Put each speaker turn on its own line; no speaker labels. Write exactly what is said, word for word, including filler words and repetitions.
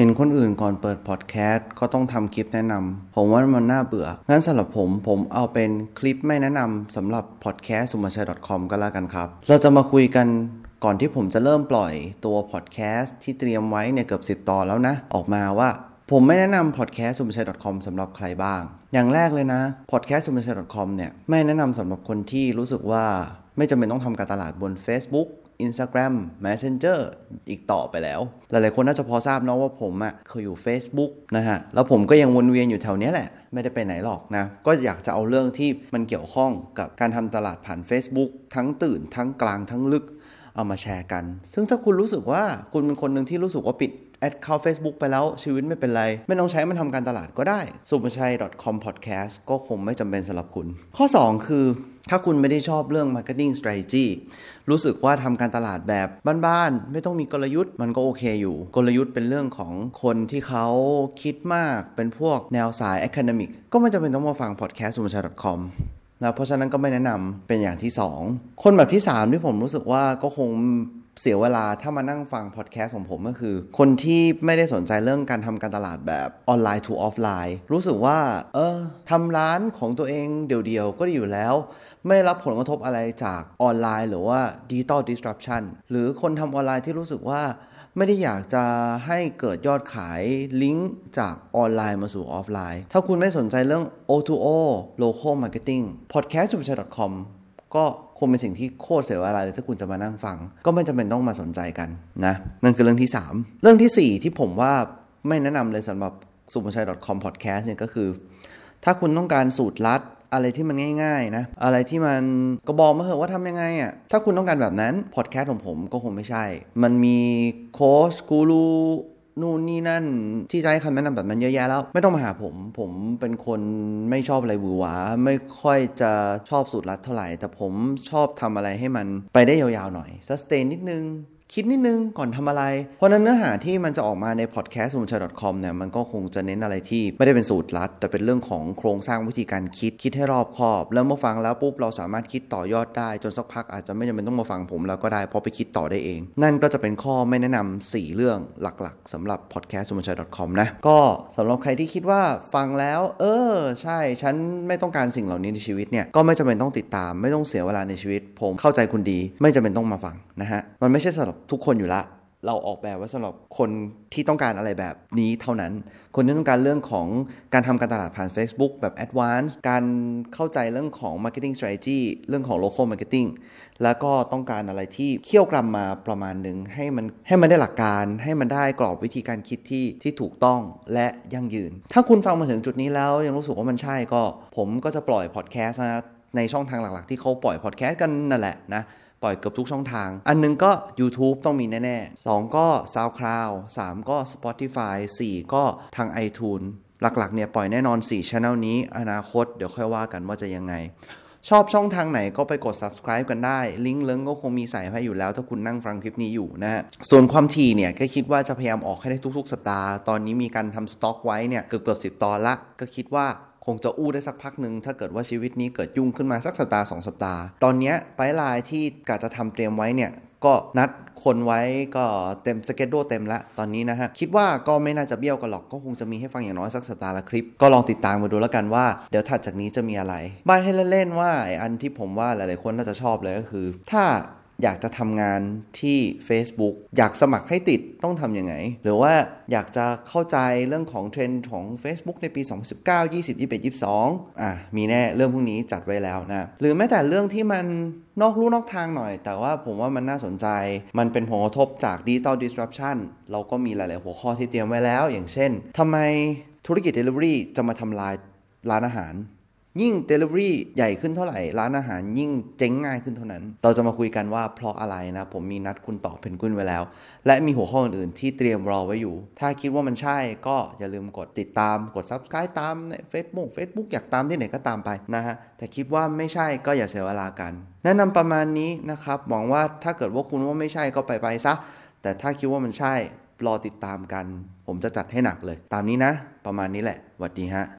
ห็นคนอื่นก่อนเปิดพอดแคสต์ก็ต้องทำคลิปแนะนำผมว่ามันน่าเบื่องั้นสำหรับผมผมเอาเป็นคลิปไม่แนะนำสำหรับพอดแคสต์ สุมาชัย ดอท คอม ก็แล้วกันครับเราจะมาคุยกันก่อนที่ผมจะเริ่มปล่อยตัวพอดแคสต์ที่เตรียมไว้เนี่ยเกือบสิบตอนแล้วนะออกมาว่าผมไม่แนะนำพอดแคสต์ สุมาชัย ดอท คอม สำหรับใครบ้างอย่างแรกเลยนะพอดแคสต์ สุมาชัย ดอท คอม เนี่ยไม่แนะนำสำหรับคนที่รู้สึกว่าไม่จำเป็นต้องทำการตลาดบน Facebook Instagram Messenger อีกต่อไปแล้วหลายๆคนน่าจะพอทราบนะว่าผมอ่ะเคยอยู่ Facebook นะฮะแล้วผมก็ยังวนเวียนอยู่แถวนี้แหละไม่ได้ไปไหนหรอกนะก็อยากจะเอาเรื่องที่มันเกี่ยวข้องกับการทำตลาดผ่าน Facebook ทั้งตื่นทั้งกลางทั้งลึกเอามาแชร์กันซึ่งถ้าคุณรู้สึกว่าคุณเป็นคนหนึ่งที่รู้สึกว่าปิดแอดเข้า Facebook ไปแล้วชีวิตไม่เป็นไรไม่ต้องใช้มันทำการตลาดก็ได้ สุมาชัย ดอท คอม Podcast ก็คงไม่จำเป็นสำหรับคุณข้อสองคือถ้าคุณไม่ได้ชอบเรื่อง Marketing Strategy รู้สึกว่าทำการตลาดแบบบ้านๆไม่ต้องมีกลยุทธ์มันก็โอเคอยู่กลยุทธ์เป็นเรื่องของคนที่เขาคิดมากเป็นพวกแนวสาย Academic ก็ไม่จำเป็นต้องมาฟัง Podcast สุมาชัย ดอท คอม นะเพราะฉะนั้นก็ไม่แนะนำเป็นอย่างที่สองคนแบบที่สามที่ผมรู้สึกว่าก็คงเสียเวลาถ้ามานั่งฟังพอดแคสต์ของผมก็คือคนที่ไม่ได้สนใจเรื่องการทำการตลาดแบบออนไลน์ to ออฟไลน์รู้สึกว่าเออทำร้านของตัวเองเดี่ยวๆก็ดีอยู่แล้วไม่รับผลกระทบอะไรจากออนไลน์หรือว่า Digital Disruption หรือคนทำออนไลน์ที่รู้สึกว่าไม่ได้อยากจะให้เกิดยอดขายลิงก์จากออนไลน์มาสู่ออฟไลน์ถ้าคุณไม่สนใจเรื่อง โอ ทู โอ Local Marketing Podcast สุมาชัย ดอท คอม ก็คงเป็นสิ่งที่โคตรเสียเวลาเลยถ้าคุณจะมานั่งฟังก็ไม่จำเป็นต้องมาสนใจกันนะนั่นคือเรื่องที่สามเรื่องที่สี่ที่ผมว่าไม่แนะนำเลยสำหรับ สุมาชัย ดอท คอม Podcast เนี่ยก็คือถ้าคุณต้องการสูตรลัดอะไรที่มันง่ายๆนะอะไรที่มันก็บอกมาเหอะว่าทำยังไงอ่ะถ้าคุณต้องการแบบนั้นพอดแคสต์ของผมก็คงไม่ใช่มันมีโค้ชกูรูนู่นนี่นั่นที่จะให้คำแนะนำแบบนั้นเยอะแยะแล้วไม่ต้องมาหาผมผมเป็นคนไม่ชอบอะไรหวือหวาไม่ค่อยจะชอบสูตรลัดเท่าไหร่แต่ผมชอบทำอะไรให้มันไปได้ยาวๆหน่อย sustain นิดนึงคิดนิดนึงก่อนทำอะไรเพราะนั้นเนื้อหาที่มันจะออกมาในพอดแคสต์ สุมาชัย ดอท คอม เนี่ยมันก็คงจะเน้นอะไรที่ไม่ได้เป็นสูตรลัดแต่เป็นเรื่องของโครงสร้างวิธีการคิดคิดให้รอบคอบแล้วเมื่อฟังแล้วปุ๊บเราสามารถคิดต่อยอดได้จนสักพักอาจจะไม่จำเป็นต้องมาฟังผมแล้วก็ได้เพราะไปคิดต่อได้เองนั่นก็จะเป็นข้อไม่แนะนำสี่เรื่องหลักๆสำหรับพอดแคสต์ สุมาชัย ดอท คอม นะก็สำหรับใครที่คิดว่าฟังแล้วเออใช่ฉันไม่ต้องการสิ่งเหล่านี้ในชีวิตเนี่ยก็ไม่จำเป็นต้องติดตามไม่ต้องเสียเวลาในชีวิตผมเข้าใจคุณดีไม่จำเป็นต้องมาฟังนะฮะมันไม่ใช่สำหรับทุกคนอยู่ละเราออกแบบไว้สำหรับคนที่ต้องการอะไรแบบนี้เท่านั้นคนที่ต้องการเรื่องของการทำการตลาดผ่าน Facebook แบบ Advanced การเข้าใจเรื่องของ Marketing Strategy เรื่องของ Local Marketing แล้วก็ต้องการอะไรที่เคี่ยวกรำมาประมาณนึงให้มันให้มันได้หลักการให้มันได้กรอบวิธีการคิดที่ที่ถูกต้องและยั่งยืนถ้าคุณฟังมาถึงจุดนี้แล้วยังรู้สึกว่ามันใช่ก็ผมก็จะปล่อยพอดแคสต์นะในช่องทางหลักๆที่เขาปล่อยพอดแคสต์กันนั่นแหละนะปล่อยเกือบทุกช่องทางอันนึงก็ YouTube ต้องมีแน่ๆสองก็ SoundCloud สามก็ Spotify สี่ก็ทาง iTunes หลักๆเนี่ยปล่อยแน่นอนสี่ Channel นี้อนาคตเดี๋ยวค่อยว่ากันว่าจะยังไงชอบช่องทางไหนก็ไปกด Subscribe กันได้ลิงก์เลิงก็คงมีใส่ให้อยู่แล้วถ้าคุณนั่งฟังคลิปนี้อยู่นะฮะส่วนความถี่เนี่ยก็คิดว่าจะพยายามออกให้ได้ทุกๆสัปดาห์ตอนนี้มีการทำสต็อกไว้เนี่ยเกือบๆสิบตอนละก็คิดว่าคงจะอู้ได้สักพักนึงถ้าเกิดว่าชีวิตนี้เกิดยุ่งขึ้นมาสักสัปดาห์สองสัปดาห์ตอนนี้ไปไลน์ที่กะจะทำเตรียมไว้เนี่ยก็นัดคนไว้ก็เต็มสเกจดูเต็มละตอนนี้นะฮะคิดว่าก็ไม่น่าจะเบี้ยวกันหรอกก็คงจะมีให้ฟังอย่างน้อยสักสัปดาห์ละคลิปก็ลองติดตามมาดูแล้วกันว่าเดี๋ยวถัดจากนี้จะมีอะไรใบ้ให้เล่นๆว่าไอ้อันที่ผมว่าหลายๆคนน่าจะชอบเลยก็คือถ้าอยากจะทำงานที่ Facebook อยากสมัครให้ติดต้องทำยังไงหรือว่าอยากจะเข้าใจเรื่องของเทรนด์ของ Facebook ในปี สองพันสิบเก้า ยี่สิบ ยี่สิบเอ็ด ยี่สิบสองอ่ะมีแน่เรื่องพวกนี้จัดไว้แล้วนะหรือแม้แต่เรื่องที่มันนอกลู่นอกทางหน่อยแต่ว่าผมว่ามันน่าสนใจมันเป็นผลกระทบจาก Digital Disruption เราก็มีหลายๆหัวข้อที่เตรียมไว้แล้วอย่างเช่นทำไมธุรกิจ Delivery จะมาทำลายร้านอาหารยิ่ง Delivery ใหญ่ขึ้นเท่าไหร่ร้านอาหารยิ่งเจ๊งง่ายขึ้นเท่านั้นเราจะมาคุยกันว่าเพราะอะไรนะผมมีนัดคุณต่อเพนกวินไว้แล้วและมีหัวข้ออื่นๆที่เตรียมรอไว้อยู่ถ้าคิดว่ามันใช่ก็อย่าลืมกดติดตามกด Subscribe ตามใน Facebook Facebook อยากตามที่ไหนก็ตามไปนะฮะแต่คิดว่าไม่ใช่ก็อย่าเสียเวลากันแนะนำประมาณนี้นะครับหวังว่าถ้าเกิดว่าคุณว่าไม่ใช่ก็ไปไปซะแต่ถ้าคิดว่ามันใช่รอติดตามกันผมจะจัดให้หนักเลยตามนี้นะประมาณนี้แหละสวัสดีฮะ